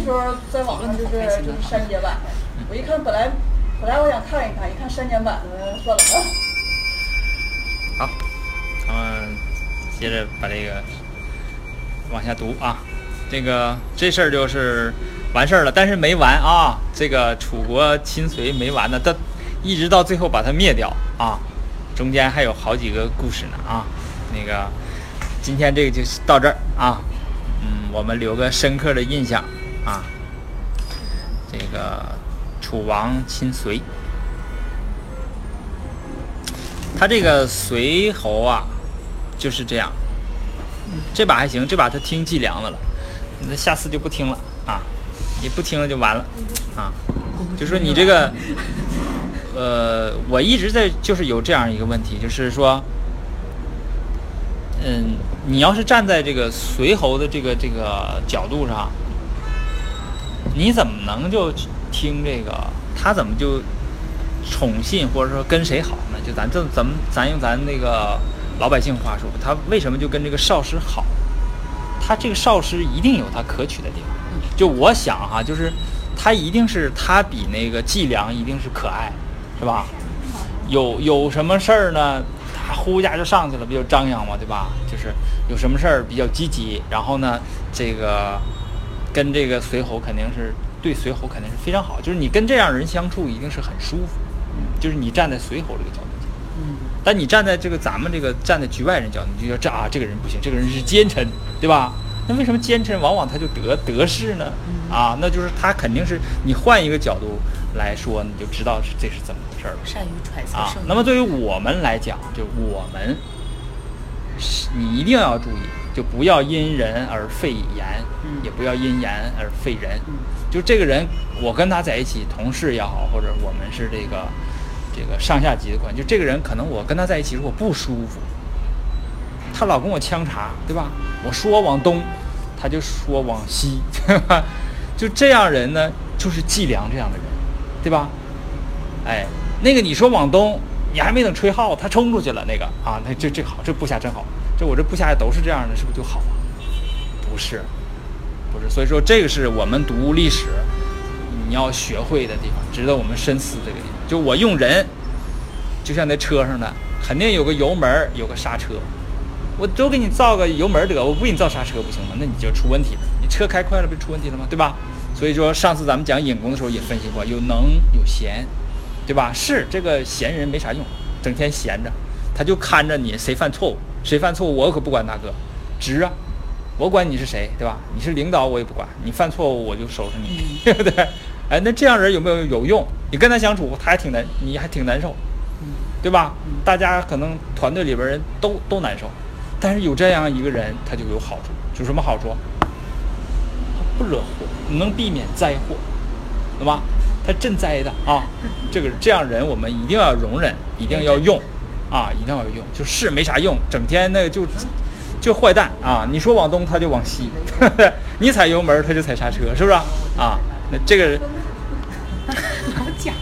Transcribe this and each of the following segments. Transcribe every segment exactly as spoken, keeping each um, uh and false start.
时候在网上就是就是删节版的，我一看本来本来我想看一看，一看删减版的，算了啊。 好，咱们接着把这个往下读啊。这个这事儿就是完事儿了，但是没完啊。这个楚国亲隋没完呢，他一直到最后把它灭掉啊，中间还有好几个故事呢啊。那个今天这个就到这儿啊，嗯，我们留个深刻的印象啊。这个楚王亲隋，他这个隋侯啊就是这样，这把还行，这把他听计量的了，那下次就不听了啊，你不听了就完了啊。就说你这个，呃，我一直在就是有这样一个问题，就是说，嗯，你要是站在这个隋侯的这个这个角度上，你怎么能就听这个他怎么就宠信或者说跟谁好呢？就咱这咱们咱用咱那个老百姓话说，他为什么就跟这个少师好？他这个少师一定有他可取的地方。就我想哈、啊，就是他一定是他比那个季梁一定是可爱，是吧？有有什么事儿呢？他呼一下就上去了，比较张扬嘛，对吧？就是有什么事儿比较积极，然后呢，这个跟这个随侯肯定是对随侯肯定是非常好，就是你跟这样人相处一定是很舒服。就是你站在随侯这个角度讲，嗯，但你站在这个咱们这个站在局外人角度，你就觉得这啊这个人不行，这个人是奸臣，对吧？那为什么奸臣往往他就得得势呢？啊，那就是他肯定是你换一个角度来说，你就知道这是怎么回事了。 善于揣测啊。那么对于我们来讲，就我们，你一定要注意，就不要因人而废言，嗯、也不要因言而废人。嗯、就这个人，我跟他在一起，同事也好，或者我们是这个这个上下级的关系，就这个人可能我跟他在一起如果不舒服，他老跟我呛茶，对吧？我说往东，他就说往西，对吧？就这样人呢，就是季梁这样的人，对吧？哎，那个你说往东，你还没等吹号，他冲出去了，那个啊，那这这好，这部下真好，这我这部下都是这样的，是不是就好啊？不是，不是，所以说这个是我们读历史你要学会的地方，值得我们深思这个地方。就我用人，就像那车上的，肯定有个油门，有个刹车。我都给你造个油门得，我不给你造刹车不行吗？那你就出问题了，你车开快了不就出问题了吗？对吧？所以说上次咱们讲引弓的时候也分析过，有能有闲，对吧？是这个闲人没啥用，整天闲着，他就看着你谁犯错误，谁犯错误我可不管大哥，直啊，我管你是谁，对吧？你是领导我也不管，你犯错误我就收拾你，对不对？哎，那这样人有没有有用？你跟他相处，他还挺难，你还挺难受，对吧？大家可能团队里边人都都难受。但是有这样一个人，他就有好处，有什么好处？他不惹祸，能避免灾祸，对吧？他赈灾的啊，这个这样人我们一定要容忍，一定要用，啊，一定要用。就是没啥用，整天那个就就坏蛋啊！你说往东他就往西，呵呵，你踩油门他就踩刹车，是不是啊？啊，那这个老讲，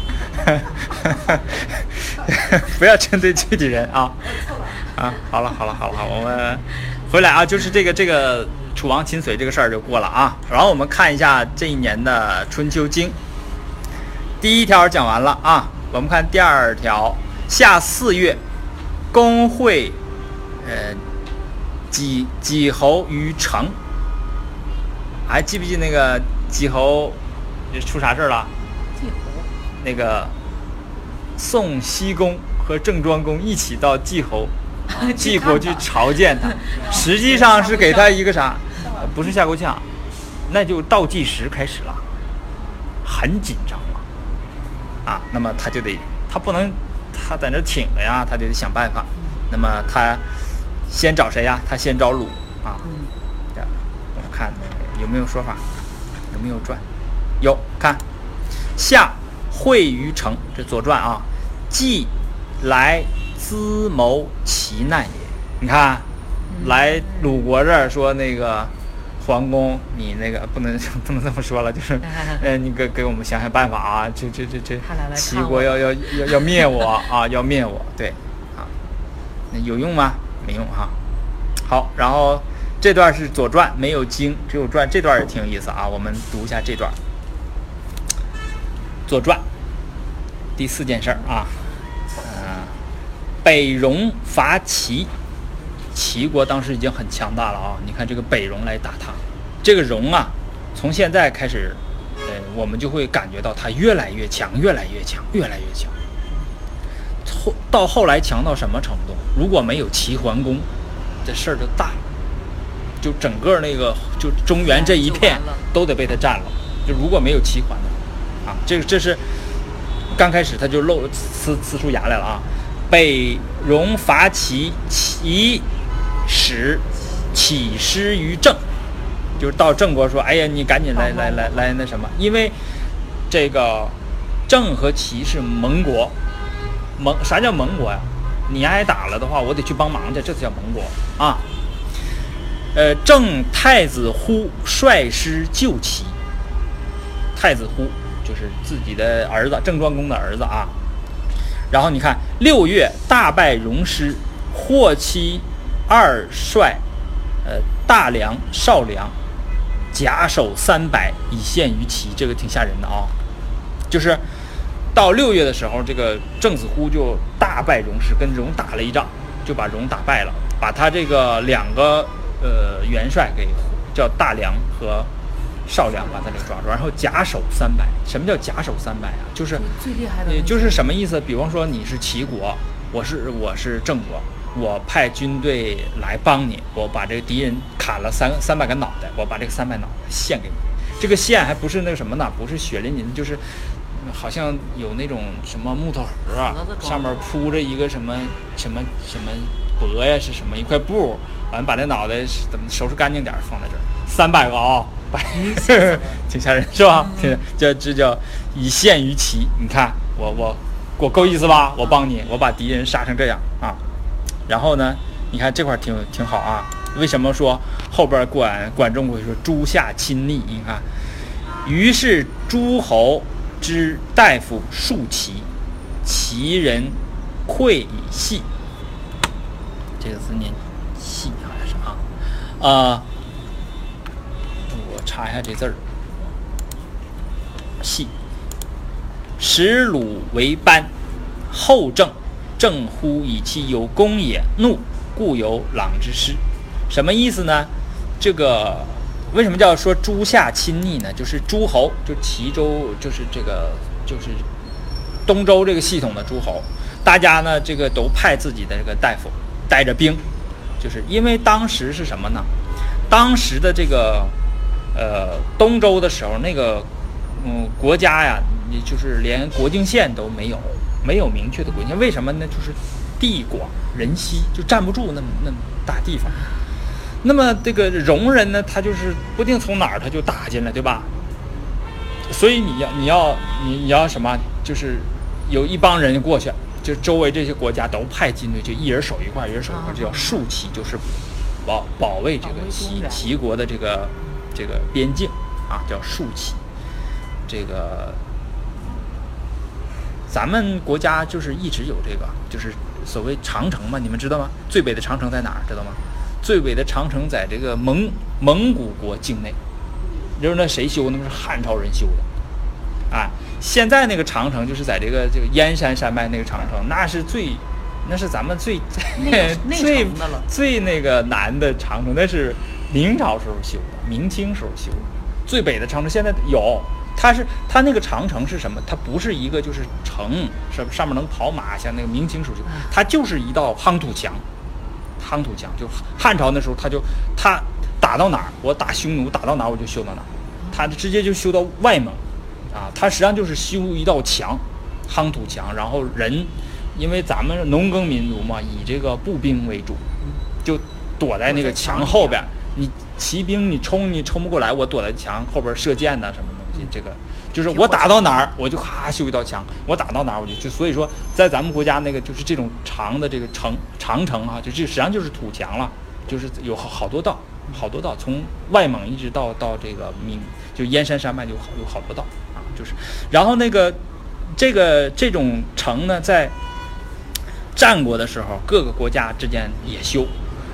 不要针对具体人啊。啊，好了好了好了，我们回来啊，就是这个这个楚王亲隋这个事儿就过了啊。然后我们看一下这一年的春秋经，第一条讲完了啊，我们看第二条，夏四月，公会呃几几侯于城，还记不记那个几侯出啥事了？ 几侯那个宋僖公和郑庄公一起到季侯。季国去朝见他，实际上是给他一个啥？不是下沟呛，那就倒计时开始了，很紧张了啊。那么他就得，他不能，他在那挺了呀，他就得想办法。那么他先找谁呀？他先找鲁啊。这样，我们看有没有说法，有没有传？有，看夏会于城，这《左传》啊，季来。思谋其难也，你看，来鲁国这儿说那个桓公，你那个不能不能这么说了，就是，呃，你给给我们想想办法啊，这这这这齐国要要要要灭我啊，要灭我，对，啊，那有用吗？没用哈。好，然后这段是《左传》，没有经，只有传，这段也挺有意思啊。我们读一下这段，《左传》第四件事儿啊，呃，北戎伐齐，齐国当时已经很强大了啊。你看这个北戎来打他，这个戎啊，从现在开始，呃，我们就会感觉到他越来越强，越来越强，越来越强。后到后来强到什么程度？如果没有齐桓公，这事儿就大了。就整个那个就中原这一片都得被他占了。就如果没有齐桓的，啊，这个这是刚开始他就露呲呲出牙来了啊！北戎伐齐，齐使起师于郑，就是到郑国说：“哎呀，你赶紧来来来来那什么，因为这个郑和齐是盟国，盟啥叫盟国呀？你挨打了的话，我得去帮忙去，这才叫盟国啊。”呃，郑太子忽率师救齐。太子忽就是自己的儿子，郑庄公的儿子啊。然后你看，六月大败戎师，获其二帅，呃，大梁、少梁，甲首三百，以献于齐。这个挺吓人的啊。就是到六月的时候，这个郑子忽就大败戎师，跟戎打了一仗，就把戎打败了，把他这个两个。呃，元帅给叫大梁和少梁把他给抓住，然后甲首三百。什么叫甲首三百啊？就是最厉害的， 就是什么意思？比方说你是齐国，我是我是郑国，我派军队来帮你，我把这个敌人砍了三三百个脑袋，我把这个三百脑袋献给你。这个献还不是那个什么呢？不是血淋淋的，就是好像有那种什么木头盒啊，上面铺着一个什么什么什么帛呀，是什么一块布。完把那脑袋怎么收拾干净点放在这儿，三百个啊、哦，挺吓人是吧？嗯、这这叫以献于齐。你看我我我够意思吧？我帮你，我把敌人杀成这样啊。然后呢，你看这块挺挺好啊。为什么说后边管管仲会说诸夏亲昵？你看，于是诸侯之大夫数齐，齐人溃以细。这个字念。细好像是啊，呃，我查一下这字儿。细，使鲁为班，后郑，郑乎以其有功也，怒，故有朗之师。什么意思呢？这个为什么叫说诸夏亲昵呢？就是诸侯，就齐州，就是这个，就是东周这个系统的诸侯，大家呢这个都派自己的这个大夫带着兵。就是因为当时是什么呢？当时的这个呃东周的时候，那个嗯国家呀，也就是连国境线都没有，没有明确的国境线。为什么呢？就是地广人稀，就站不住那么那么大地方。那么这个戎人呢，他就是不定从哪儿他就打进来，对吧？所以你要你要你你要什么？就是有一帮人过去。就周围这些国家都派军队，就一人守一块，一人守一块，这叫戍齐，就是保保卫这个齐齐国的这个这个边境啊，叫戍齐。这个咱们国家就是一直有这个，就是所谓长城嘛，你们知道吗？最北的长城在哪儿？知道吗？最北的长城在这个蒙蒙古国境内，就是那谁修的？那是汉朝人修的，啊。现在那个长城就是在这个这个燕山山脉那个长城，那是最，那是咱们最最最那个难的长城，那是明朝时候修的，明清时候修的。最北的长城现在有，它是它那个长城是什么？它不是一个就是城，是上面能跑马，像那个明清时候修，它就是一道夯土墙，夯土墙。就汉朝那时候，他就他打到哪儿，我打匈奴打到哪儿我就修到哪儿，他直接就修到外蒙。啊，它实际上就是修一道墙，夯土墙，然后人，因为咱们农耕民族嘛，以这个步兵为主，就躲在那个墙后边。你骑兵你冲你冲不过来，我躲在墙后边射箭呐，什么东西，这个就是我打到哪儿我就咔修一道墙，我打到哪儿我就就所以说，在咱们国家那个就是这种长的这个城长城啊，就这实际上就是土墙了，就是有好好多道，好多道，从外蒙一直到到这个明就燕山山脉就好有好多道。就是，然后那个，这个这种城呢，在战国的时候，各个国家之间也修，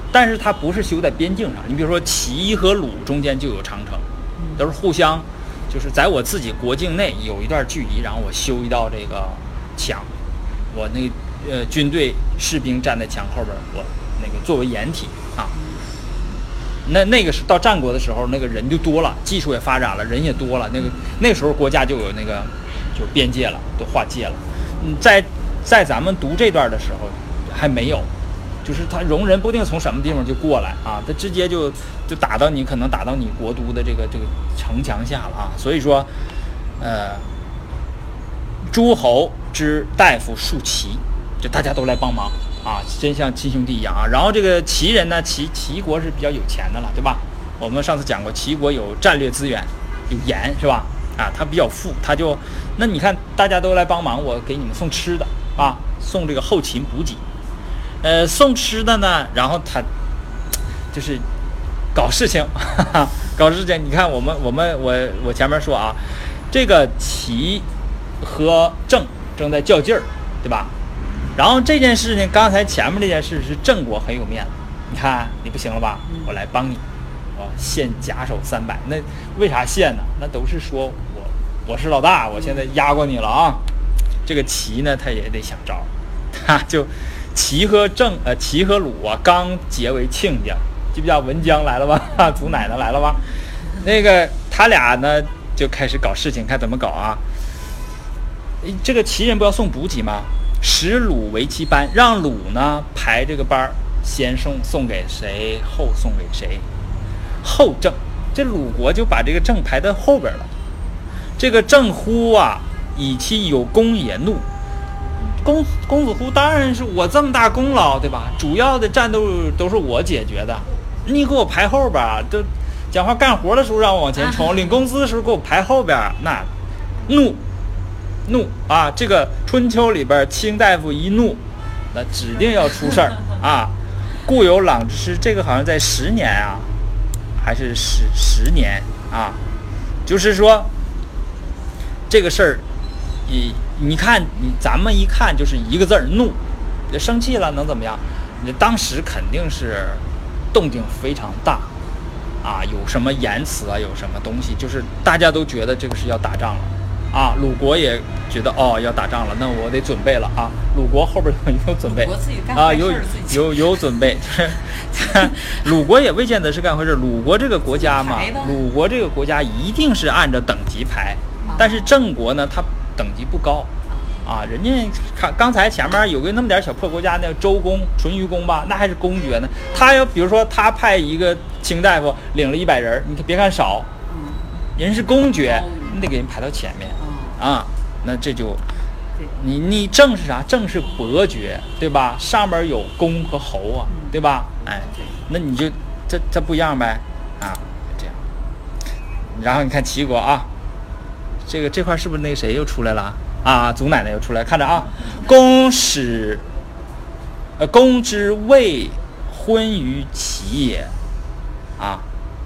但是它不是修在边境上。你比如说齐和鲁中间就有长城，都是互相，就是在我自己国境内有一段距离，然后我修一道这个墙，我那呃军队士兵站在墙后边，我那个作为掩体啊。那那个是到战国的时候，那个人就多了，技术也发展了，人也多了，那个那个时候国家就有那个就边界了，都划界了。嗯，在在咱们读这段的时候还没有，就是他容人不定从什么地方就过来啊，他直接就就打到你，可能打到你国都的这个这个城墙下了啊。所以说，呃，诸侯之大夫数齐，就大家都来帮忙。啊，真像亲兄弟一样啊！然后这个齐人呢，齐齐国是比较有钱的了，对吧？我们上次讲过，齐国有战略资源，有盐，是吧？啊，他比较富，他就那你看大家都来帮忙，我给你们送吃的啊，送这个后勤补给。呃，送吃的呢，然后他就是搞事情，哈哈，搞事情。你看我们我们我我前面说啊，这个齐和郑正在较劲儿，对吧？然后这件事情，刚才前面这件事是郑国很有面子，你看你不行了吧？我来帮你，我献甲首三百。那为啥献呢？那都是说我我是老大，我现在压过你了啊。这个齐呢，他也得想招，他就齐和郑呃齐和鲁啊，刚结为亲家，记不记得文姜来了吧？祖奶奶来了吧？那个他俩呢就开始搞事情，看怎么搞啊？这个齐人不要送补给吗？使鲁为其班，让鲁呢排这个班，先送送给谁，后送给谁，后郑。这鲁国就把这个郑排在后边了。这个郑乎啊，以其有功也怒。公公子乎当然是我这么大功劳，对吧？主要的战斗都是我解决的，你给我排后边，都讲话干活的时候让我往前冲，领工资的时候给我排后边，那怒。怒啊！这个春秋里边，卿大夫一怒，那指定要出事儿啊！故有朗之师，这个好像在十年啊，还是十十年啊？就是说，这个事儿，你你看，你咱们一看就是一个字儿怒，生气了能怎么样？你当时肯定是动静非常大啊，有什么言辞啊，有什么东西，就是大家都觉得这个是要打仗了。啊，鲁国也觉得哦要打仗了，那我得准备了啊。鲁国后边有准备啊，有有有准备，就是鲁国也未见得是干坏事。鲁国这个国家嘛，鲁国这个国家一定是按照等级排，但是郑国呢，它等级不高啊。人家看刚才前面有个那么点小破国家，那周公、淳于公吧，那还是公爵呢。他要比如说他派一个卿大夫领了一百人，你别看少，人是公爵。你得给人排到前面啊，那这就你你郑是啥？郑是伯爵，对吧？上边有公和侯啊，对吧？哎，那你就这这不一样呗啊，这样。然后你看齐国啊，这个这块是不是那个谁又出来了啊？祖奶奶又出来，看着啊，公使呃公之未婚于齐也啊，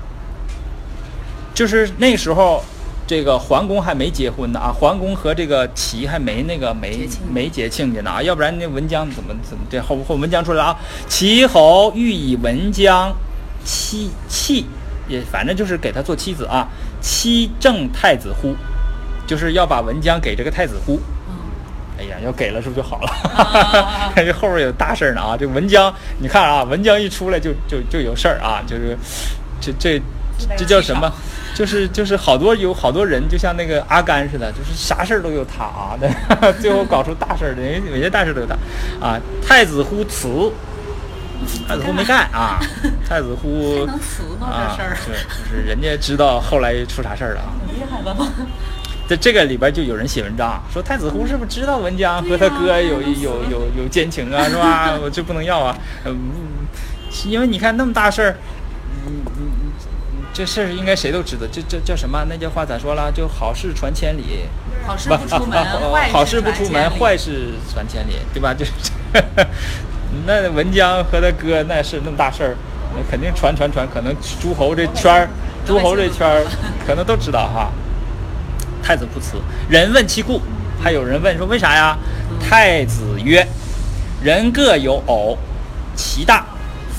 就是那时候。这个桓公还没结婚呢啊，桓公和这个齐还没那个没没结亲家呢啊，要不然那文姜怎么怎么这后后文姜出来了啊？齐侯欲以文姜妻妻，也反正就是给他做妻子啊。妻正太子乎，就是要把文姜给这个太子乎。哎呀，要给了是不是就好了？这后边有大事呢啊！这文姜，你看啊，文姜一出来就就就有事儿啊，就是这这这叫什么？就是就是好多有好多人，就像那个阿甘似的，就是啥事儿都有他啊，最后搞出大事儿的，有些大事都有他啊。太子乎辞，太子乎没干啊，太子乎能辞呢这事儿， 是就是人家知道后来出啥事儿了啊， 厉害了吗？ 在这个里边就有人写文章说太子乎是不是知道文姜和他哥有有有有奸情啊，是吧？我这不能要啊，嗯，因为你看那么大事儿，嗯嗯。这事儿应该谁都知道，这这叫什么？那句话咋说了？就好事传千里， 好事不出门， 啊啊、好事不出门，坏事传千里，对吧？就是那文姜和他哥那是那么大事儿，那肯定传传传，可能诸侯这圈儿，诸侯这圈儿可能都知道哈。太子不辞，人问其故，还有人问说为啥呀？太子曰：人各有偶，其大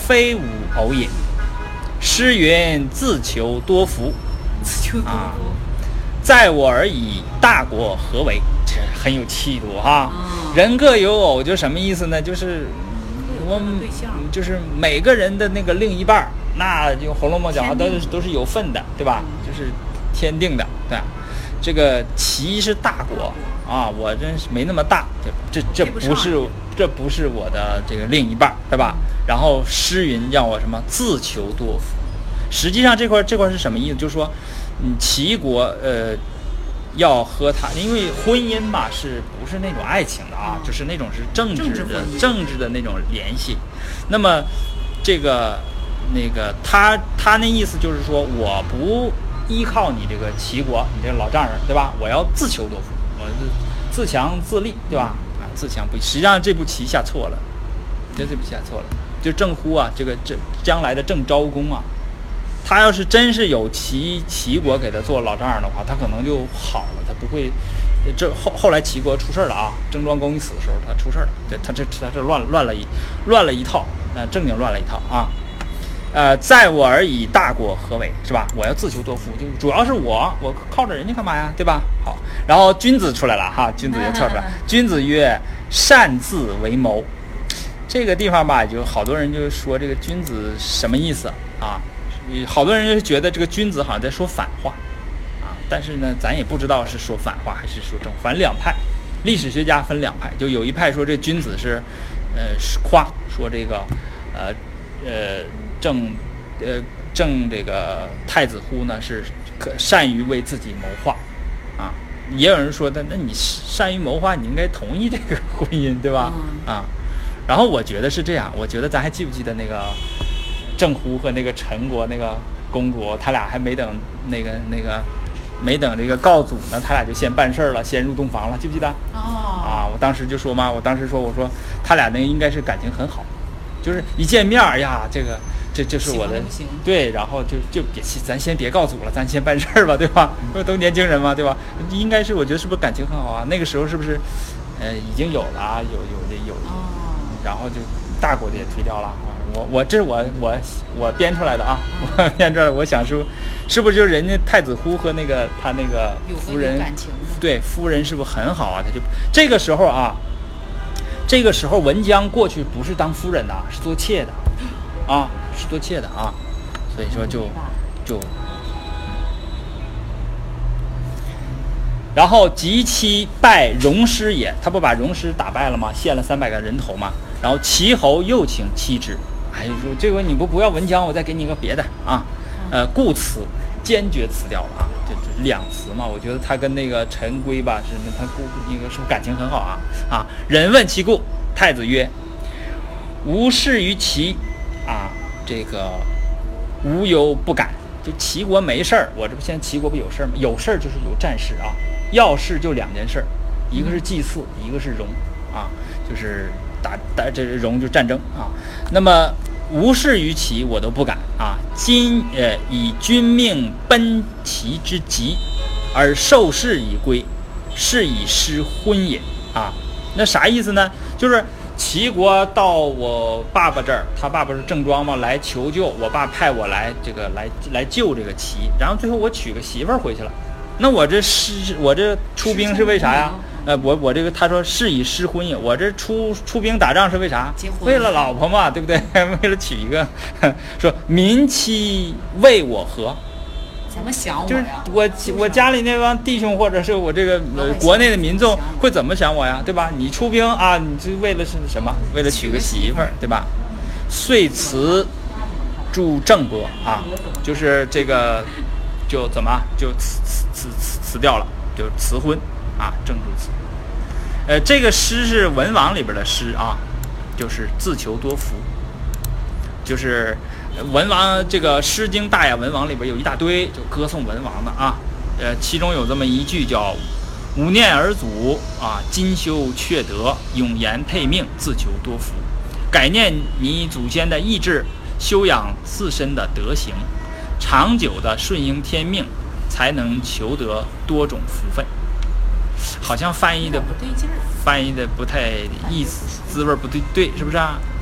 非吾偶也。诗云：自求多福。 自求多福。啊， 在我而已，大国何为？这很有气度哈。 哦、 人各有偶，就什么意思呢？就是我们就是每个人的那个另一半，那就《红楼梦》讲都是都是有份的，对吧？嗯、就是天定的，对吧？这个齐是大国啊，我真是没那么大，这这这不是这不是我的这个另一半，对吧？然后诗云让我什么自求多福。实际上这块这块是什么意思？就是说，嗯，齐国呃要和他，因为婚姻嘛，是不是那种爱情的啊？就是那种是政治的政治的那种联系。那么这个那个他他那意思就是说，我不依靠你这个齐国，你这个老丈人，对吧？我要自求多福，我自强自立，对吧？啊，自强不息。实际上这步棋下错了，这这步棋下错了。就正乎啊，这个这将来的郑昭公啊。他要是真是有齐齐国给他做老丈人的话，他可能就好了，他不会。这后后来齐国出事了啊！郑庄公一死的时候，他出事了，对他这他这乱乱了一乱了一套，呃，正经乱了一套啊。呃，在我而已，大国何为？是吧？我要自求多福，就主要是我，我靠着人家干嘛呀？对吧？好，然后君子出来了哈，君子也跳出来。君子曰：擅自为谋。这个地方吧，就好多人就说这个君子什么意思啊？好多人就觉得这个君子好像在说反话啊，但是呢，咱也不知道是说反话还是说正，反正两派。历史学家分两派，就有一派说这君子是，呃，夸说这个，呃，呃，正，呃，正这个太子乎呢是可善于为自己谋划，啊，也有人说的，那你善于谋划，你应该同意这个婚姻，对吧？啊，然后我觉得是这样，我觉得咱还记不记得那个？郑乎和那个陈国那个公主，他俩还没等那个那个没等这个告祖呢，他俩就先办事了，先入洞房了，记不记得？ 哦， 啊，我当时就说嘛，我当时说，我说他俩那个应该是感情很好，就是一见面呀，这个这这是我的对，然后就就别咱先别告祖了，咱先办事儿吧，对吧？不是都年轻人嘛，对吧？应该是我觉得是不是感情很好啊？那个时候是不是呃已经有了啊？有有的有， 哦， 然后就大国的也推掉了。我我这是我我我编出来的啊，我编出来，我想说，是不是就是人家太子乎和那个他那个夫人，对夫人是不是很好啊？他就这个时候啊，这个时候文姜过去不是当夫人的，是做妾的，啊，是做妾的啊，所以说就就，然后及其败戎师也，他不把戎师打败了吗？献了三百个人头嘛，然后齐侯又请妻之。哎，说这个你不不要文姜，我再给你个别的啊，呃，故辞坚决辞掉了啊，这这两辞嘛，我觉得他跟那个陈规吧，是他故那个是不是感情很好啊啊？人问其故，太子曰：无事于齐啊，这个无由不敢。就齐国没事儿，我这不现在齐国不有事儿吗？有事儿就是有战事啊，要事就两件事，一个是祭祀，一个是戎啊，就是打打这戎就战争啊。那么无事于齐，我都不敢啊。今呃以君命奔齐之急，而受事以归，是以失婚也啊。那啥意思呢？就是齐国到我爸爸这儿，他爸爸是郑庄嘛，来求救，我爸派我来这个来来救这个齐，然后最后我娶个媳妇儿回去了。那我这是我这出兵是为啥呀？呃，我我这个他说是以失婚也，我这出出兵打仗是为啥？为了老婆嘛，对不对？为了娶一个，说民妻为我何？ 怎么想我就是我我家里那帮弟兄或者是我这个呃国内的民众会怎么想我呀？对吧？你出兵啊，你是为了是什么？为了娶个媳妇儿，对吧？遂辞助郑伯啊，就是这个就怎么就辞辞辞辞辞掉了，就辞婚啊，郑助辞。呃，这个诗是文王里边的诗啊，就是自求多福，就是文王这个《诗经·大雅·文王》里边有一大堆就歌颂文王的啊，呃，其中有这么一句叫“吾念尔祖啊，今修阙德，永言配命，自求多福”，改念你祖先的意志，修养自身的德行，长久的顺应天命，才能求得多种福分。好像翻译的不对劲儿， 翻译的不太意思，滋味不对对，是不是啊？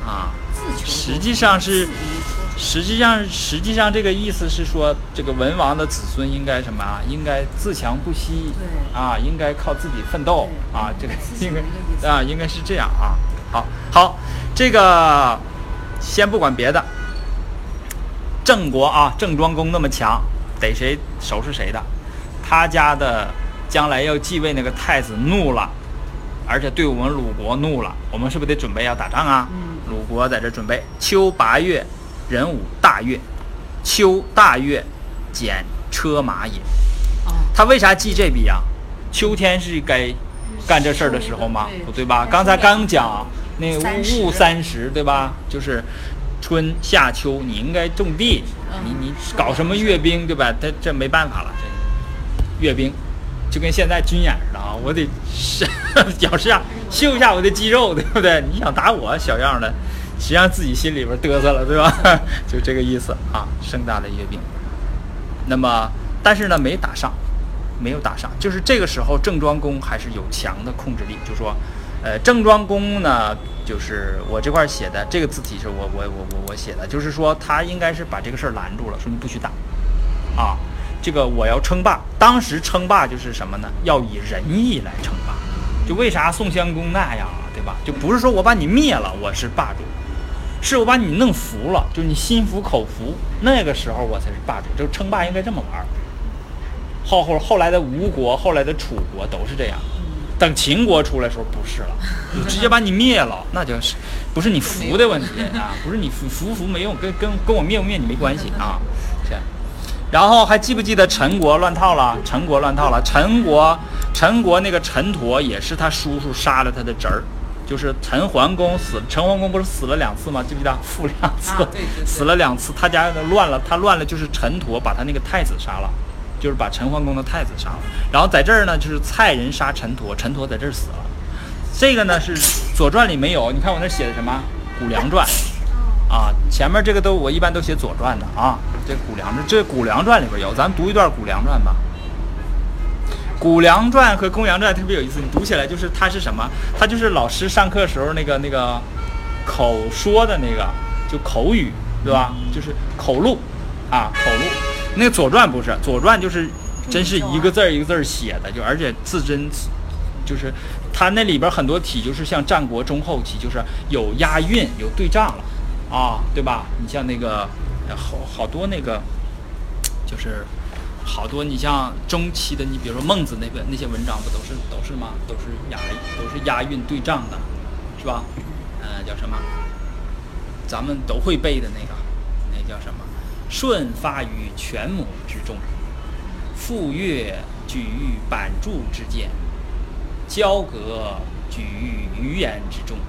啊。实际上是，实际上实际上这个意思是说，这个文王的子孙应该什么啊？应该自强不息啊，应该靠自己奋斗啊，这个应该啊，应该是这样啊。好，好，这个先不管别的，郑国啊，郑庄公那么强，得谁收拾谁的？他家的将来要继位那个太子怒了，而且对我们鲁国怒了，我们是不是得准备要打仗啊？鲁国在这准备秋八月，壬午大月，秋大月，减车马也。他为啥记这笔啊？秋天是该干这事儿的时候吗？不对吧？刚才刚讲那个戊三十，对吧？就是春夏秋，你应该种地，你你搞什么阅兵，对吧？他这没办法了，这阅兵就跟现在军演似的啊，我得是表示下秀一下我的肌肉，对不对？你想打我小样的，实际上自己心里边嘚瑟了，对吧？就这个意思啊，盛大的阅兵。那么，但是呢，没打上，没有打上，就是这个时候郑庄公还是有强的控制力，就说，呃，郑庄公呢，就是我这块写的这个字体是我我我我我写的，就是说他应该是把这个事儿拦住了，说你不许打，啊。这个我要称霸，当时称霸就是什么呢？要以仁义来称霸。就为啥宋襄公那样啊，对吧？就不是说我把你灭了，我是霸主，是我把你弄服了，就是你心服口服，那个时候我才是霸主。就称霸应该这么玩。后后后来的吴国，后来的楚国都是这样。等秦国出来的时候不是了，就直接把你灭了，那就是不是你服的问题啊，不是你服服不服没用，跟跟跟我灭不灭你没关系啊，这样。然后还记不记得陈国乱套了？陈国乱套了。陈国，陈国那个陈佗也是他叔叔杀了他的侄儿，就是陈桓公死。陈桓公不是死了两次吗？记不记得？负两次， 啊、对对对死了两次。他家乱了，他乱了，就是陈佗把他那个太子杀了，就是把陈桓公的太子杀了。然后在这儿呢，就是蔡人杀陈佗，陈佗在这儿死了。这个呢是《左传》里没有，你看我那写的什么《谷梁传》。啊，前面这个都我一般都写左传的啊，这《谷梁传》这《谷梁传》里边有，咱读一段《谷梁传》吧。《谷梁传》和《公羊传》特别有意思，你读起来就是它是什么？它就是老师上课时候那个那个口说的那个，就口语，对吧？就是口录啊，口录。那个《左传》不是，《左传》就是真是一个字儿一个字儿写的，就而且字真，就是它那里边很多题就是像战国中后期，就是有押韵，有对仗了。啊，对吧？你像那个，好好多那个，就是好多你像中期的，你比如说孟子那边那些文章，不都是都是吗？都是押都是押韵对仗的，是吧？呃，叫什么？咱们都会背的那个，那叫什么？舜发于犬母之中，傅说举于板柱之间，交葛举于鱼眼之中。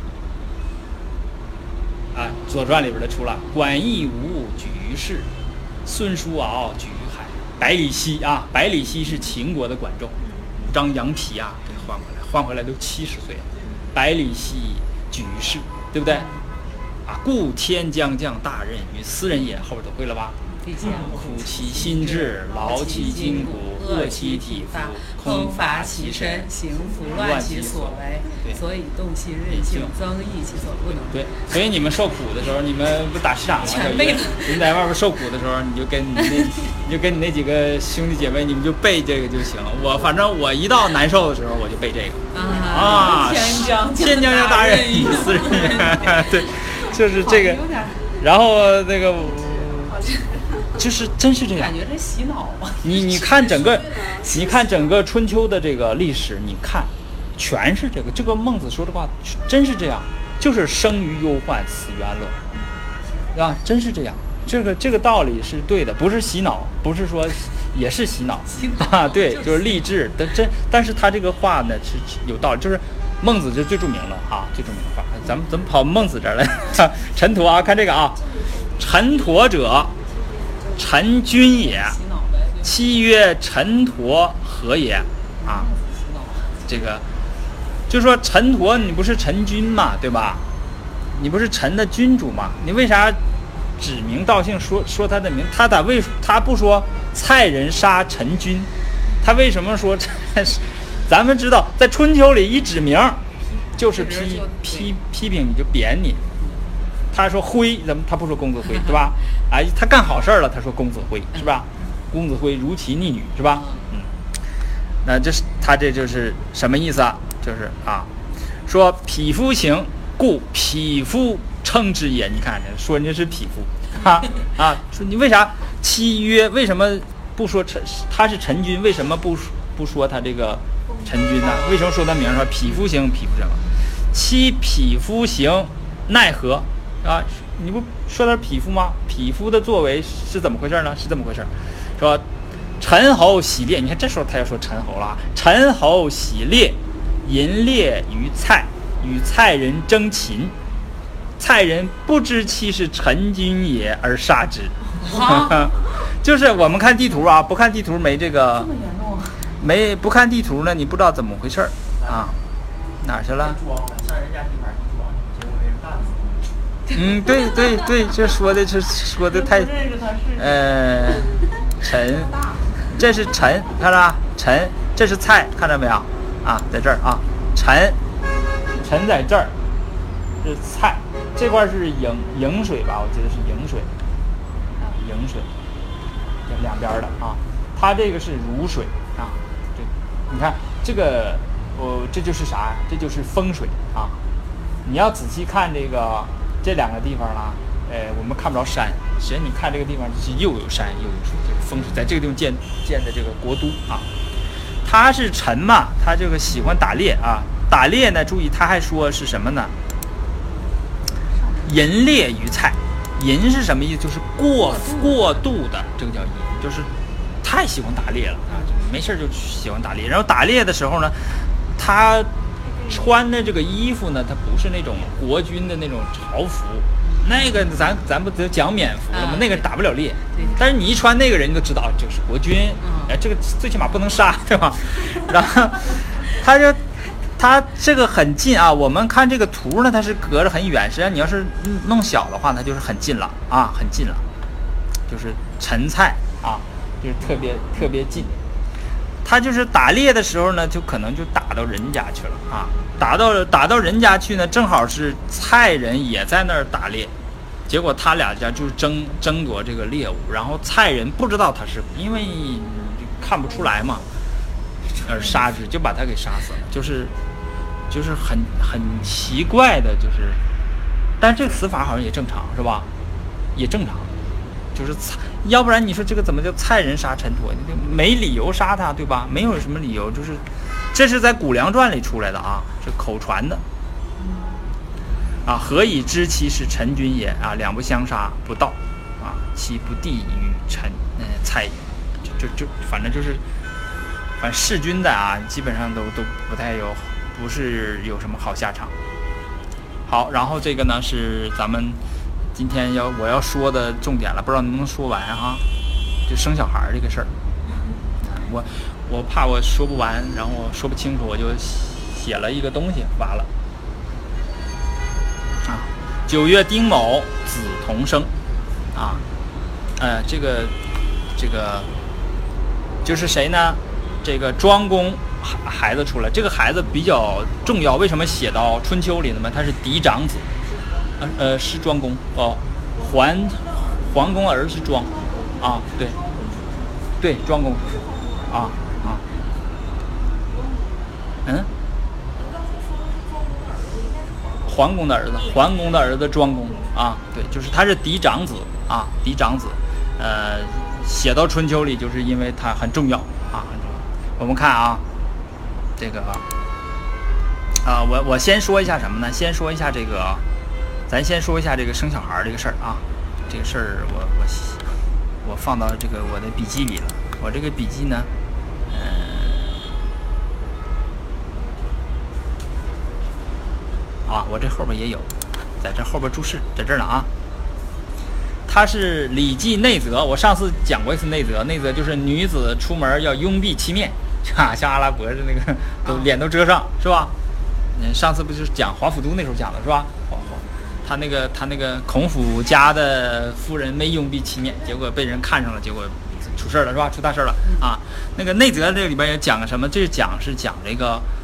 啊，《左传》里边的出了管夷吾举于市，孙叔敖举于海。百里奚啊，百里奚是秦国的管仲，五张羊皮啊，给换回来，换回来都七十岁了。百里奚举于市，对不对？啊，故天将降大任于斯人也，后边都会了吧？苦其心志，劳其筋骨，饿其体肤， 空乏其身，行拂乱其所为，所以动其锐性，增益其所不能。 对，所以你们受苦的时候，你们不打市场吗？ 全背了。 你在外边受苦的时候，你就跟你那，你就跟你那几个兄弟姐妹，你们就背这个就行。我反正我一到难受的时候，我就背这个啊。 天将天将降大任于斯人也，对，就是这个。然后那个。就是真是这样， 感觉这洗脑啊！ 你你看整个，你看整个春秋的这个历史，你看，全是这个。这个孟子说的话真是这样，就是生于忧患，死于安乐，啊，真是这样。这个这个道理是对的，不是洗脑，不是说也是洗脑啊，对，就是励志。但真，但是他这个话呢是有道理，就是孟子是最著名了啊，最著名的话。咱们怎么跑孟子这儿来？陈佗啊，看这个啊，陈佗者。陈君也，妻曰陈佗何也？啊，这个就说陈佗，你不是陈君嘛，对吧？你不是陈的君主嘛？你为啥指名道姓说说他的名？他咋为他不说蔡人杀陈君？他为什么说？咱们知道，在春秋里一指名，就是批批批评你，就贬你。 他说辉，怎么他不说公子辉，对吧？啊，他干好事了，他说公子辉，是吧？公子辉如其逆女，是吧？嗯，那这是他这就是什么意思啊？就是啊，说匹夫行，故匹夫称之也。你看，说人家是匹夫啊啊，说你为啥妻曰为什么不说陈？他是陈君，为什么不不说他这个陈君呢？为什么说他名说匹夫行？匹夫什么？妻匹夫行，奈何？啊，你不说他是匹夫吗？匹夫的作为是怎么回事呢？是这么回事，说陈侯喜猎，你看这时候他要说陈侯了。陈侯喜猎，淫猎于蔡，与蔡人争禽。蔡人不知其是陈君也，而杀之。就是我们看地图啊，不看地图没这个， 这么严重啊？ 没不看地图呢，你不知道怎么回事啊？哪儿去了？ 上人家地盘一装，结果被人干死。 嗯，对对对，这说的这说的太，呃，陈，这是陈，看着陈，这是蔡，看着没有？啊，在这儿啊，陈，陈在这儿，是蔡，这块是颍颍水吧？我记得是颍水，啊，颍水，这两边的啊，它这个是汝水啊，这，你看这个，哦，这就是啥？这就是风水啊。你要仔细看这个这两个地方啦，呃，我们看不着山，实际上你看这个地方就是又有山又有水，这个风水在这个地方建建的这个国都啊。他是陈嘛，他这个喜欢打猎啊，打猎呢，注意他还说是什么呢？淫猎于蔡，淫是什么意思？就是过过度的，这个叫淫，就是太喜欢打猎了啊，没事就喜欢打猎。然后打猎的时候呢，他穿的这个衣服呢，它不是那种国军的那种朝服，那个咱咱不得讲冕服了吗？啊、那个打不了猎。但是你一穿那个人就知道这是国军，哎、嗯，这个最起码不能杀，对吧？然后他就他这个很近啊，我们看这个图呢，它是隔着很远，实际上你要是弄小的话，它就是很近了啊，很近了，就是陈蔡啊，就是特别特别近。他就是打猎的时候呢，就可能就打到人家去了啊，打到打到人家去呢，正好是蔡人也在那儿打猎，结果他俩家就是争争夺这个猎物，然后蔡人不知道他是因为看不出来嘛，而杀之，就把他给杀死了，就是就是很很奇怪的，就是，但这个死法好像也正常是吧？也正常。就是蔡，要不然你说这个怎么叫蔡人杀陈陀？没理由杀他，对吧？没有什么理由，就是这是在《谷梁传》里出来的啊，是口传的啊。何以知其是陈君也啊？两不相杀，不道啊，其不地于陈嗯蔡也，就就就反正就是，反正弑君的啊，基本上都都不太有，不是有什么好下场。好，然后这个呢是咱们今天要我要说的重点了，不知道能不能说完哈？就生小孩这个事儿，我我怕我说不完，然后说不清楚，我就写了一个东西发了。啊，九月丁卯，子同生，啊，呃，这个这个就是谁呢？这个庄公孩子出来，这个孩子比较重要，为什么写到春秋里呢？他是嫡长子。呃，是庄公哦，桓桓公儿是庄，啊，对，对，庄公，啊啊，嗯，桓公的儿子，桓公的儿子庄公啊，对，就是他是嫡长子啊，嫡长子，呃，写到春秋里，就是因为他很重要啊，很重要。我们看啊，这个啊，我我先说一下什么呢？先说一下这个。咱先说一下这个生小孩这个事儿啊，这个事儿我我我放到这个我的笔记里了。我这个笔记呢，嗯、呃，啊，我这后边也有，在这后边注释，在这儿呢啊。它是《礼记内则》，我上次讲过一次内则，内则就是女子出门要拥蔽其面，啊，像阿拉伯是那个都脸都遮上，是吧？嗯，上次不就是讲华府都那时候讲的是吧？他那个他那个孔府家的夫人没拥蔽其面，结果被人看上了，结果出事了是吧？出大事了啊！那个内则这里边也讲了什么？这讲是讲这个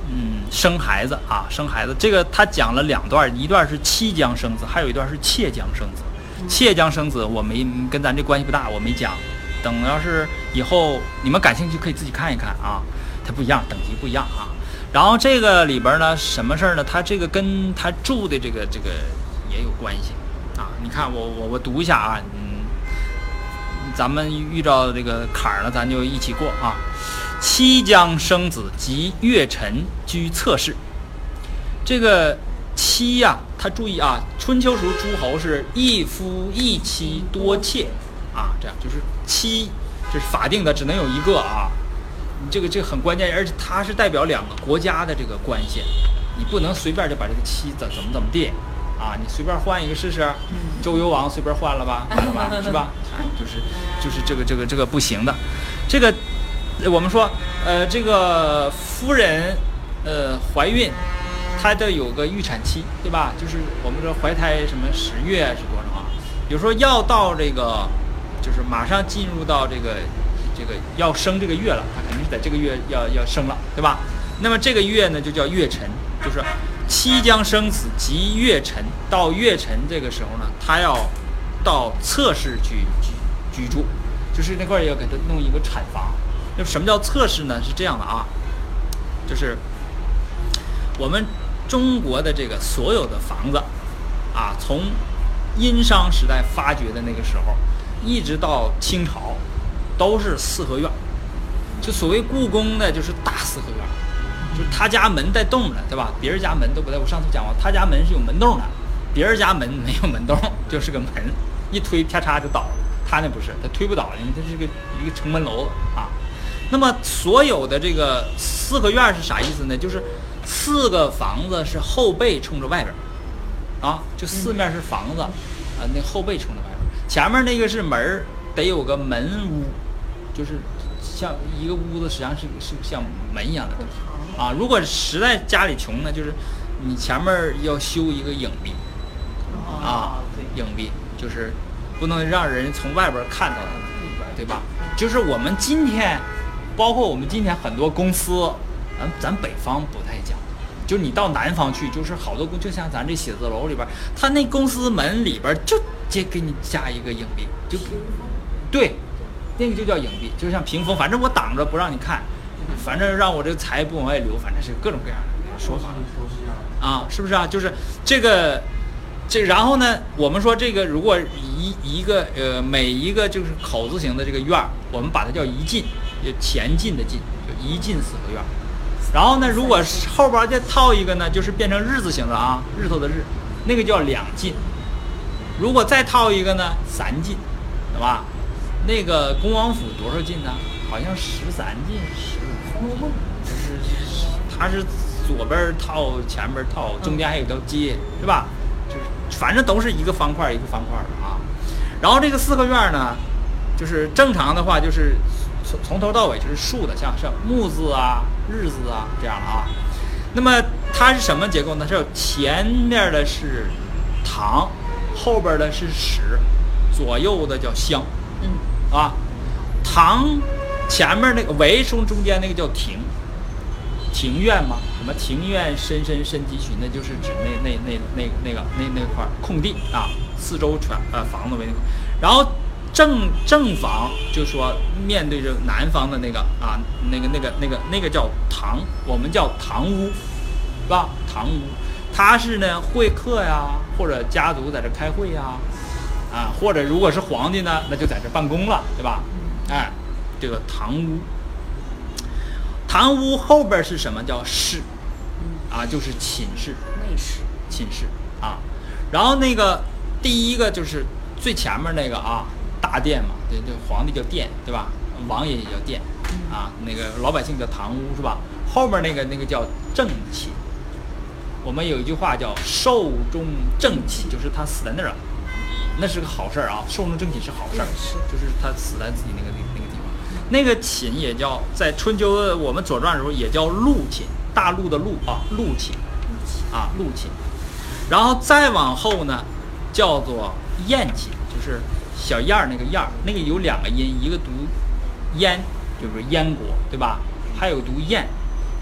嗯，生孩子啊，生孩子，这个他讲了两段，一段是妻将生子，还有一段是妾将生子。妾将生子我没跟咱这关系不大，我没讲。等要是以后你们感兴趣，可以自己看一看啊，它不一样，等级不一样啊。然后这个里边呢，什么事儿呢？它这个跟他住的这个这个也有关系啊。你看我我我读一下啊，嗯，咱们遇到这个坎儿了，咱就一起过啊。妻将生子，及月辰居侧室。这个妻呀、啊，他注意啊，春秋时候诸侯是一夫一妻多妾啊，这样就是妻，这是法定的，只能有一个啊。这个这个很关键，而且它是代表两个国家的这个关系，你不能随便就把这个妻怎怎么怎么地啊，你随便换一个试试，周幽王随便换了吧，换了吧，是吧？哎，就是就是这个这个这个不行的，这个。我们说，呃，这个夫人，呃，怀孕，她的有个预产期，对吧？就是我们说怀胎什么十月是多少啊？比如说要到这个，就是马上进入到这个，这个要生这个月了，她肯定是在这个月要要生了，对吧？那么这个月呢，就叫月辰，就是妻将生子，及月辰，到月辰这个时候呢，她要到侧室去居居住，就是那块要给她弄一个产房。那什么叫侧室呢？是这样的啊，就是我们中国的这个所有的房子啊，从殷商时代发掘的那个时候，一直到清朝，都是四合院。就所谓故宫呢，就是大四合院，就是他家门带洞的，对吧？别人家门都不带。我上次讲过，他家门是有门洞的，别人家门没有门洞，就是个门，一推啪嚓就倒了。他那不是，他推不倒，因为它是个一个城门楼啊。那么所有的这个四合院是啥意思呢？就是四个房子是后背冲着外边，啊，就四面是房子，啊，那后背冲着外边，前面那个是门，得有个门屋，就是像一个屋子，实际上是是像门一样的，啊，如果实在家里穷呢，就是你前面要修一个影壁，啊，影壁就是不能让人从外边看到它，对吧？就是我们今天。包括我们今天很多公司，咱咱北方不太讲，就是你到南方去，就是好多公，就像咱这写字楼里边，他那公司门里边就接给你加一个影壁，就对，那个就叫影壁，就像屏风，反正我挡着不让你看，反正让我这个财不往外流，反正是各种各样的说法啊，是不是啊？就是这个。这然后呢，我们说这个如果一一个呃每一个就是口字形的这个院儿，我们把它叫一进，就前进的进，就一进四合院。然后呢，如果后边再套一个呢，就是变成日字形的啊，日头的日，那个叫两进。如果再套一个呢，三进，对吧？那个恭王府多少进呢？好像十三进，十五。就是它是左边套，前边套，中间还有条街，对吧？反正都是一个方块一个方块的啊，然后这个四合院呢，就是正常的话就是从从头到尾就是竖的，像像木字啊、日字啊这样的啊。那么它是什么结构呢？是前面的是堂，后边的是室，左右的叫厢，嗯啊，堂前面那个围中中间那个叫庭，庭院嘛。什么庭院深深深几许，那就是指那那那那那个那那块空地啊，四周全呃房子为那块。然后正正房就说面对着南方的那个啊那个那个那个那个叫堂，我们叫堂屋，是吧？堂屋，它是呢会客呀，或者家族在这开会呀，啊，或者如果是皇帝呢，那就在这办公了，对吧？哎，这个堂屋。堂屋后边是什么？叫室，啊，就是寝室， 内室， 寝室啊。然后那个第一个就是最前面那个啊，大殿嘛，对对，皇帝叫殿，对吧？王爷也叫殿，啊，那个老百姓叫堂屋，是吧？后面那个那个叫正寝。我们有一句话叫寿终正寝，就是他死在那儿了，那是个好事儿啊，寿终正寝是好事儿，就是他死在自己那个那个地方。那个寝也叫在春秋我们左传的时候也叫陆寝，大陆的陆啊，陆寝啊，陆寝。然后再往后呢，叫做燕寝，就是小燕儿那个燕儿，那个有两个音，一个读燕，就是燕国，对吧？还有读燕，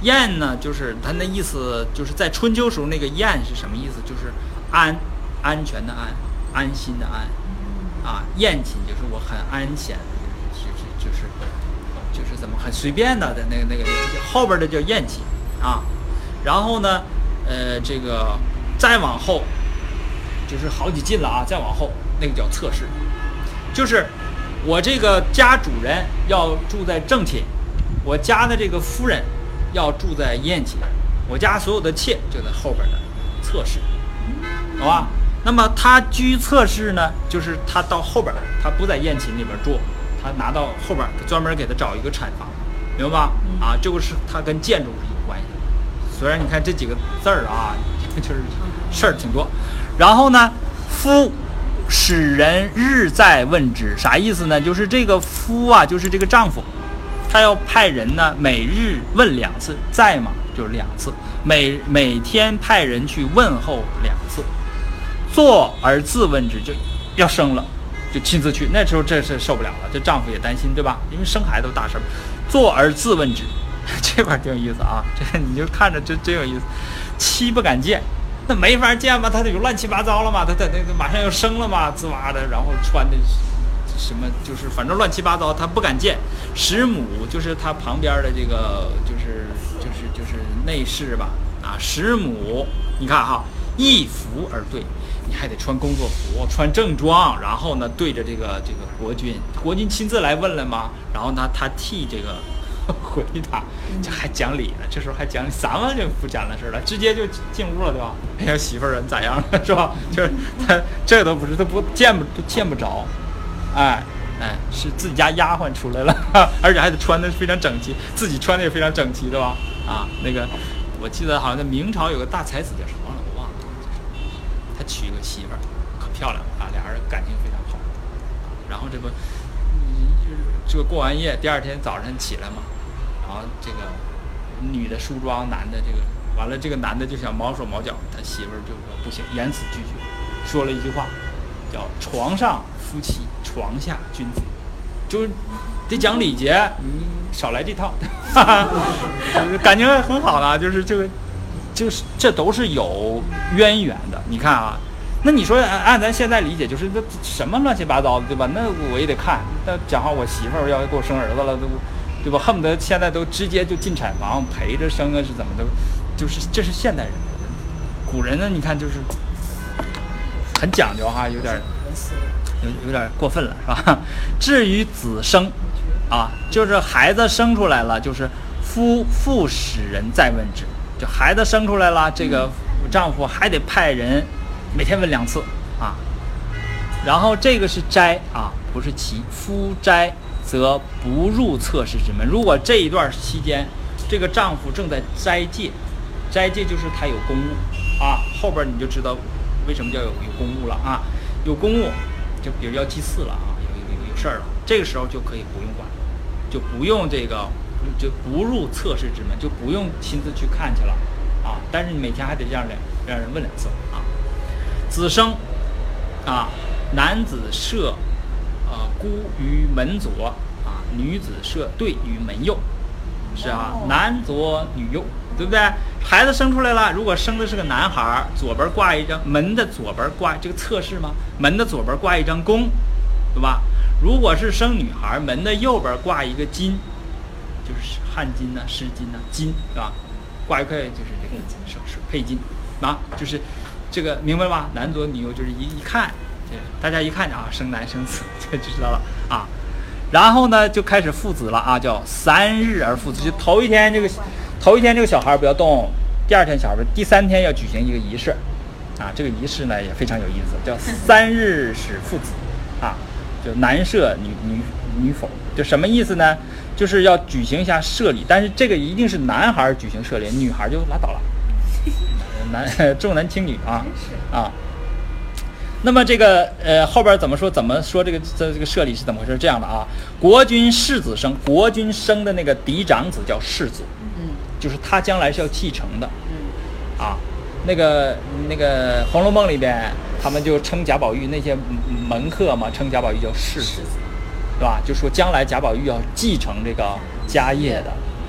燕呢，就是它那意思，就是在春秋时候那个燕是什么意思？就是安，安全的安，安心的安，啊，燕寝就是我很安闲，就是就是就是就是怎么很随便的的那个那个后边的叫燕寝啊，然后呢，呃，这个再往后就是好几进了啊，再往后那个叫侧室，就是我这个家主人要住在正寝，我家的这个夫人要住在燕寝，我家所有的妾就在后边的侧室，好吧？那么他居侧室呢，就是他到后边，他不在燕寝里边住，他拿到后边，他专门给他找一个产房，明白吧？啊，这个是他跟建筑是有关系的。虽然你看这几个字儿啊，就是事儿挺多。然后呢，夫使人日在问之，啥意思呢？就是这个夫啊，就是这个丈夫。他要派人呢，每日问两次，在嘛就是两次，每每天派人去问候两次，坐而自问之，就要生了，就亲自去。那时候这是受不了了，这丈夫也担心，对吧？因为生孩子都大事，坐而自问之，这块挺有意思啊。这你就看着这真有意思，妻不敢见，那没法见嘛，他得有乱七八糟了嘛，他他那个马上要生了嘛，滋哇的，然后穿的。什么就是反正乱七八糟，他不敢见。使母就是他旁边的这个就是就是就是内侍吧啊，使母你看哈，一服而对，你还得穿工作服，穿正装，然后呢对着这个这个国君，国君亲自来问了嘛，然后呢他替这个回答，这还讲理呢，这时候还讲理，咱们就不讲那事了，直接就进屋了，对吧？哎呀，媳妇儿人咋样了，是吧？就是他这都不是，他不见不都见不着。哎哎，是自己家丫鬟出来了，而且还得穿的非常整齐，自己穿的也非常整齐，对吧？啊，那个我记得好像在明朝有个大才子叫什么了，我忘了，他娶一个媳妇儿，可漂亮啊，俩人感情非常好。然后这不，这个过完夜，第二天早上起来嘛，然后这个女的梳妆，男的这个完了，这个男的就想毛手毛脚，他媳妇儿就说不行，严词拒绝，说了一句话，叫床上夫妻，床下君子，就是得讲礼节，你少来这套，哈哈，感情很好的，就是这个，就是这都是有渊源的。你看啊，那你说按咱现在理解，就是这什么乱七八糟的，对吧？那我也得看。那讲话我媳妇儿要给我生儿子了，都对吧？恨不得现在都直接就进产房陪着生啊，是怎么的？就是这是现代人，古人呢，你看就是很讲究哈，有点。有有点过分了，是吧？至于子生，啊，就是孩子生出来了，就是夫妇使人再问之，就孩子生出来了，这个丈夫还得派人每天问两次啊。然后这个是斋啊，不是齐。夫斋则不入侧室之门。如果这一段期间，这个丈夫正在斋戒，斋戒就是他有公务啊，后边你就知道为什么叫有有公务了啊，有公务。就比如要祭祀了啊，有有有事儿了，这个时候就可以不用管，就不用这个，就不入侧室之门，就不用亲自去看去了啊。但是你每天还得让人让人问两次啊。子生啊，男子设呃孤于门左啊，女子设对于门右，是啊，男左女右，对不对？孩子生出来了，如果生的是个男孩，左边挂一张门的左边挂这个侧室吗？门的左边挂一张弓，对吧？如果是生女孩，门的右边挂一个金，就是汗巾呐、湿巾呐、金，对吧？挂一块就是这个首饰配金啊，就是这个明白吧？男左女右，就是一一看，大家一看啊，生男生子这就知道了啊。然后呢，就开始父子了啊，叫三日而父子，就头一天这个。头一天这个小孩不要动，第二天小孩，第三天要举行一个仪式，啊，这个仪式呢也非常有意思，叫三日使父子，啊，就男摄女女女否，就什么意思呢？就是要举行一下摄礼，但是这个一定是男孩举行摄礼，女孩就拉倒了，男重男轻女啊啊。那么这个呃后边怎么说？怎么说这个这这个摄礼是怎么回事？这样的啊，国君世子生，国君生的那个嫡长子叫世子。就是他将来是要继承的，嗯，啊，那个那个《红楼梦》里边，他们就称贾宝玉那些门客嘛，称贾宝玉叫世子，对吧？就说将来贾宝玉要继承这个家业的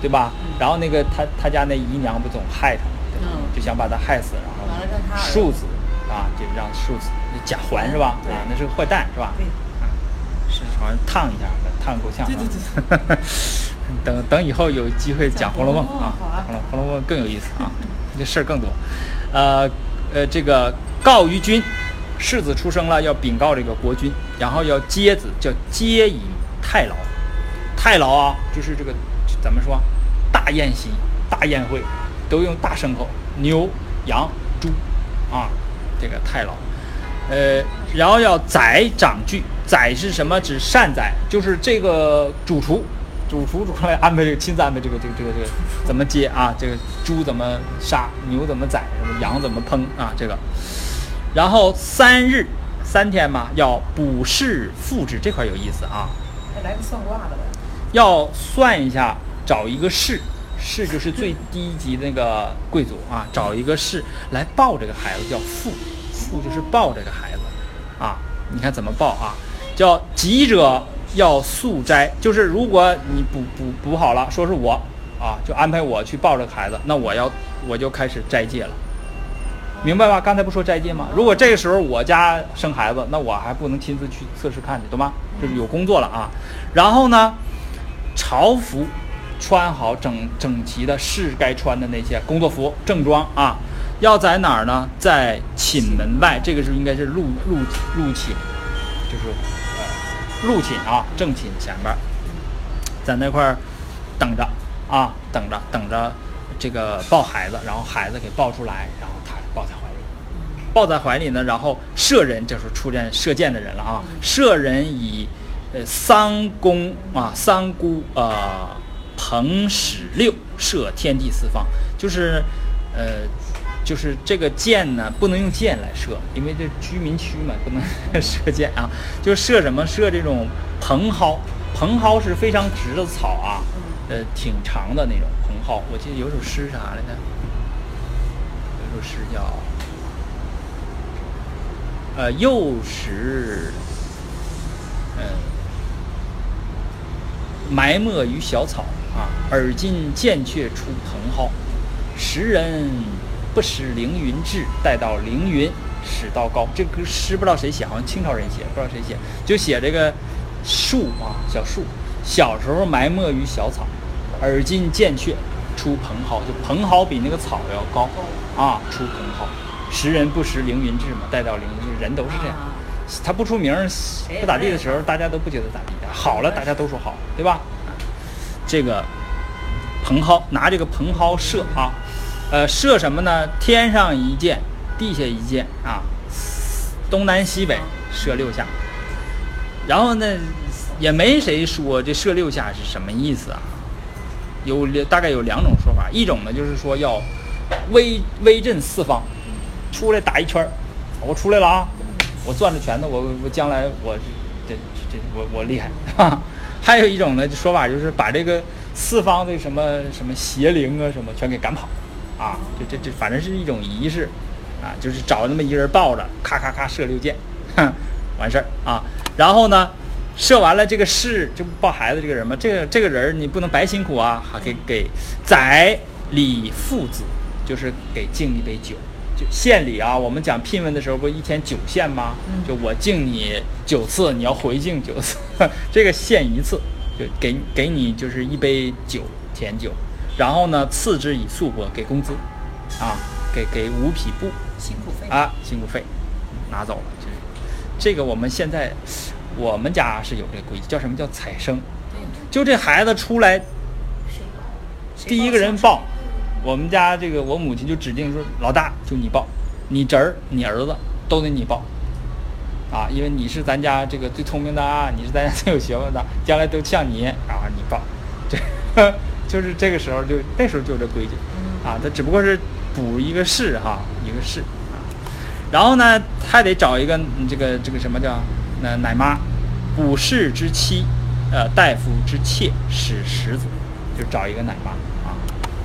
对吧？然后那个他他家那姨娘不总害他， 嗯， 就想把他害死，然后庶子啊，就让庶子贾环是吧？啊，那是个坏蛋是吧？ 对， 啊，是好像烫一下，烫够呛。 对对对。 等等以后有机会讲《红楼梦》啊， 好啊， 《红楼梦》更有意思啊，这事儿更多。呃呃，这个告于君，世子出生了要禀告这个国君，然后要接子，叫接以太牢。太牢啊，就是这个怎么说？大宴席、大宴会，都用大牲口，牛、羊、猪啊，这个太牢。呃，然后要宰长具，宰是什么？指善宰，就是这个主厨。主厨主来安排这个，亲自安排这个这个这个这个怎么接啊？这个猪怎么杀，牛怎么宰，什么羊怎么烹啊？这个，然后三日三天嘛，要卜筮复之，这块有意思啊。 还来个算卦的呗？ 要算一下，找一个士，士就是最低级的那个贵族啊，找一个士来抱这个孩子，叫父，父就是抱这个孩子啊。你看怎么抱啊？叫吉者。要速斋，就是如果你补补补好了，说是我啊，就安排我去抱这个孩子，那我要我就开始斋戒了，明白吧？刚才不说斋戒吗？如果这个时候我家生孩子，那我还不能亲自去测试看去，懂吗？就是有工作了啊。然后呢，朝服穿好整整齐的是该穿的那些工作服正装啊，要在哪儿呢？在寝门外，这个是应该是入入入寝，就是入寝啊，正寝前边，在那块儿等着啊，等着等着这个抱孩子，然后孩子给抱出来，然后他抱在怀里，抱在怀里呢，然后射人，就是出现射箭的人了啊，射人以呃三弓啊，三姑呃彭始六射天地四方，就是呃。就是这个箭呢，不能用箭来射，因为这居民区嘛，不能射箭啊。就射什么？射这种蓬蒿。蓬蒿是非常直的草啊，呃，挺长的那种蓬蒿。我记得有首诗啥来着？有首诗叫呃幼时，呃埋没于小草啊，耳今箭却出蓬蒿，时人。不识凌云志，待到凌云始道高。这个诗不知道谁写，好像清朝人写，不知道谁写，就写这个树啊，小树，小时候埋没于小草，耳今箭却出蓬蒿，就蓬蒿比那个草要高啊，出蓬蒿。时人不识凌云志嘛，待到凌云，人都是这样。他不出名不咋地的时候，大家都不觉得咋地的，好了大家都说好，对吧？这个蓬蒿，拿这个蓬蒿射啊。呃，射什么呢？天上一箭，地下一箭啊，东南西北射六下。然后呢，也没谁说这射六下是什么意思啊？有大概有两种说法，一种呢就是说要威威震四方，出来打一圈，我出来了啊，我攥着拳头，我我将来我这这我我厉害啊。还有一种呢说法就是把这个四方的什么什么邪灵啊什么全给赶跑。啊，这这这反正是一种仪式，啊，就是找那么一个人抱着，咔咔咔射六箭，哼，完事儿啊。然后呢，射完了这个士，这不抱孩子这个人吗？这个这个人你不能白辛苦啊，还给给宰礼父子，就是给敬一杯酒，就献礼啊。我们讲聘问的时候不一天九献吗？就我敬你九次，你要回敬九次，这个献一次，就给给你就是一杯酒，甜酒。然后呢，次之以素帛，给工资，啊，给给五匹布， 辛苦费啊，辛苦费拿走了。这这个我们现在我们家是有这个规矩，叫什么叫采生？就这孩子出来，第一个人抱，我们家这个我母亲就指定说，老大就你抱，你侄儿、你儿子都得你抱，啊，因为你是咱家这个最聪明的啊，你是咱家最有学问的，将来都像你，然后你抱，这。就是这个时候就那时候就有这规矩，啊，他只不过是补一个士哈，一个士啊，然后呢还得找一个这个这个什么叫呃奶妈，卜筮之妻，呃大夫之妾，使石子，就找一个奶妈啊。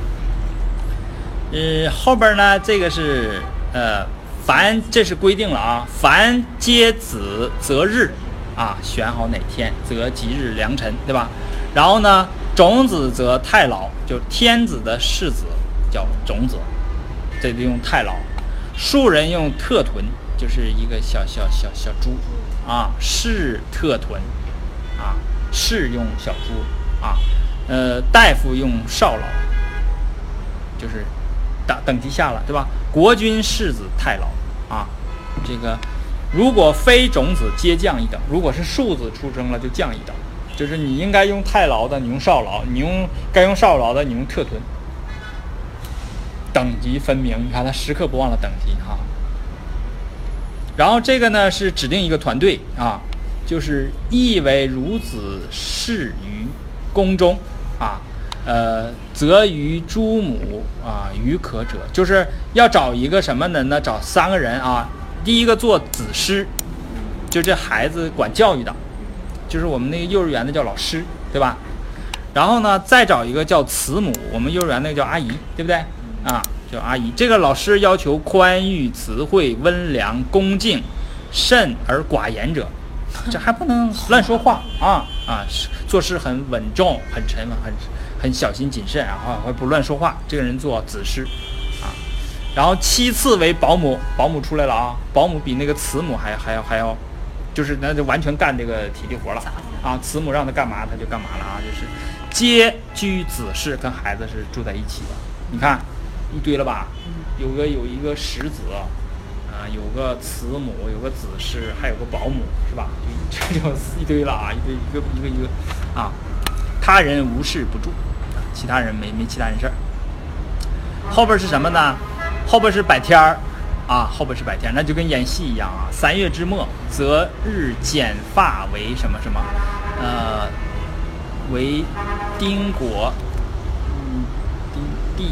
呃后边呢这个是呃凡这是规定了啊，凡接子择日啊，选好哪天择吉日良辰，对吧？然后呢。 种子则太老，就天子的世子叫种子，这就用太老。庶人用特豚，就是一个小小小小猪啊，是特豚啊，是用小猪啊，呃，大夫用少老，就是等等级下了，对吧？国君世子太老啊，这个如果非种子皆降一等，如果是庶子出生了就降一等。就是你应该用太牢的，你用少牢；你用该用少牢的，你用特豚。等级分明，你看他时刻不忘了等级哈。然后这个呢是指定一个团队啊，就是亦为孺子侍于宫中啊，呃，则于诸母啊于可者，就是要找一个什么人呢？找三个人啊。第一个做子师，就这孩子管教育的，就是我们那个幼儿园的叫老师，对吧？然后呢，再找一个叫慈母，我们幼儿园那个叫阿姨，对不对？啊，叫阿姨。这个老师要求宽裕、慈惠、温良、恭敬、慎而寡言者，这还不能乱说话啊啊！做事很稳重、很沉稳、很很小心谨慎，然后还不乱说话。这个人做子师啊。然后其次为保姆，保姆出来了啊，保姆比那个慈母还还要还要。就是那就完全干这个体力活了啊！慈母让他干嘛他就干嘛了啊！就是皆居子室，跟孩子是住在一起的。你看一堆了吧？有个有一个石子，啊、呃，有个慈母，有个子室，还有个保姆，是吧？就这就一堆了啊！一堆一个一个一个啊！他人无事不住，其他人没没其他人事儿。后边是什么呢？后边是百天儿。啊，后边是百天，那就跟演戏一样啊。三月之末，则日剪发为什么什么，呃，为丁国，嗯，丁地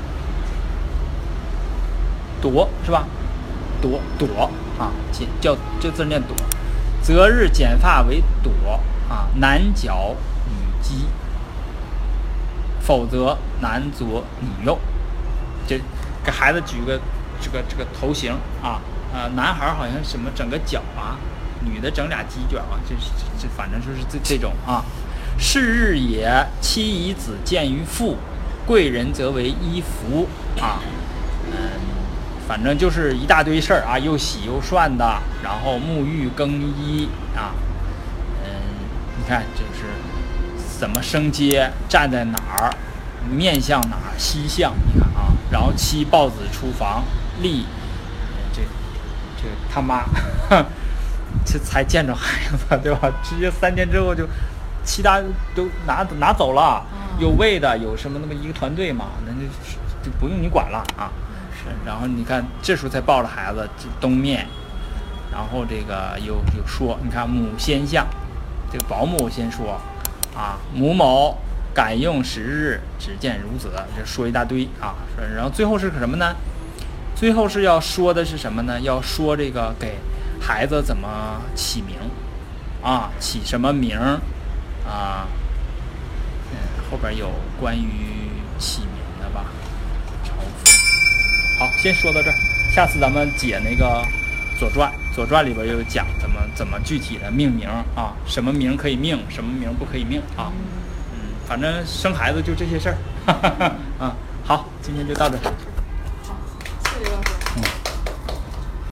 夺是吧？夺夺啊，剪叫这字念夺，择日剪发为夺啊，男角女姬，否则男左女右。这给孩子举个。这个这个头型啊，呃，男孩好像什么整个脚啊，女的整俩鸡脚啊，这这这反正就是这这种啊。是日也，妻以子见于父，贵人则为衣服啊，嗯，反正就是一大堆事儿啊，又洗又涮的，然后沐浴更衣啊，嗯，你看就是怎么升阶，站在哪儿，面向哪儿，西向，你看啊，然后妻抱子出房。立，这这他妈，这才见着孩子，对吧？直接三天之后就，其他都拿拿走了，有喂的，有什么那么一个团队嘛，那就就不用你管了啊。是，然后你看这时候才抱着孩子东面，然后这个有有说，你看母先相，这个保姆先说，啊，母某感用十日，只见孺子，这说一大堆啊，然后最后是什么呢？最后是要说的是什么呢？要说这个给孩子怎么起名啊，起什么名啊？嗯，后边有关于起名的吧？朝父。好，先说到这儿，下次咱们解那个《左传》，《左传》里边又讲怎么怎么具体的命名啊，什么名可以命，什么名不可以命啊？嗯，反正生孩子就这些事儿。啊，好，今天就到这儿。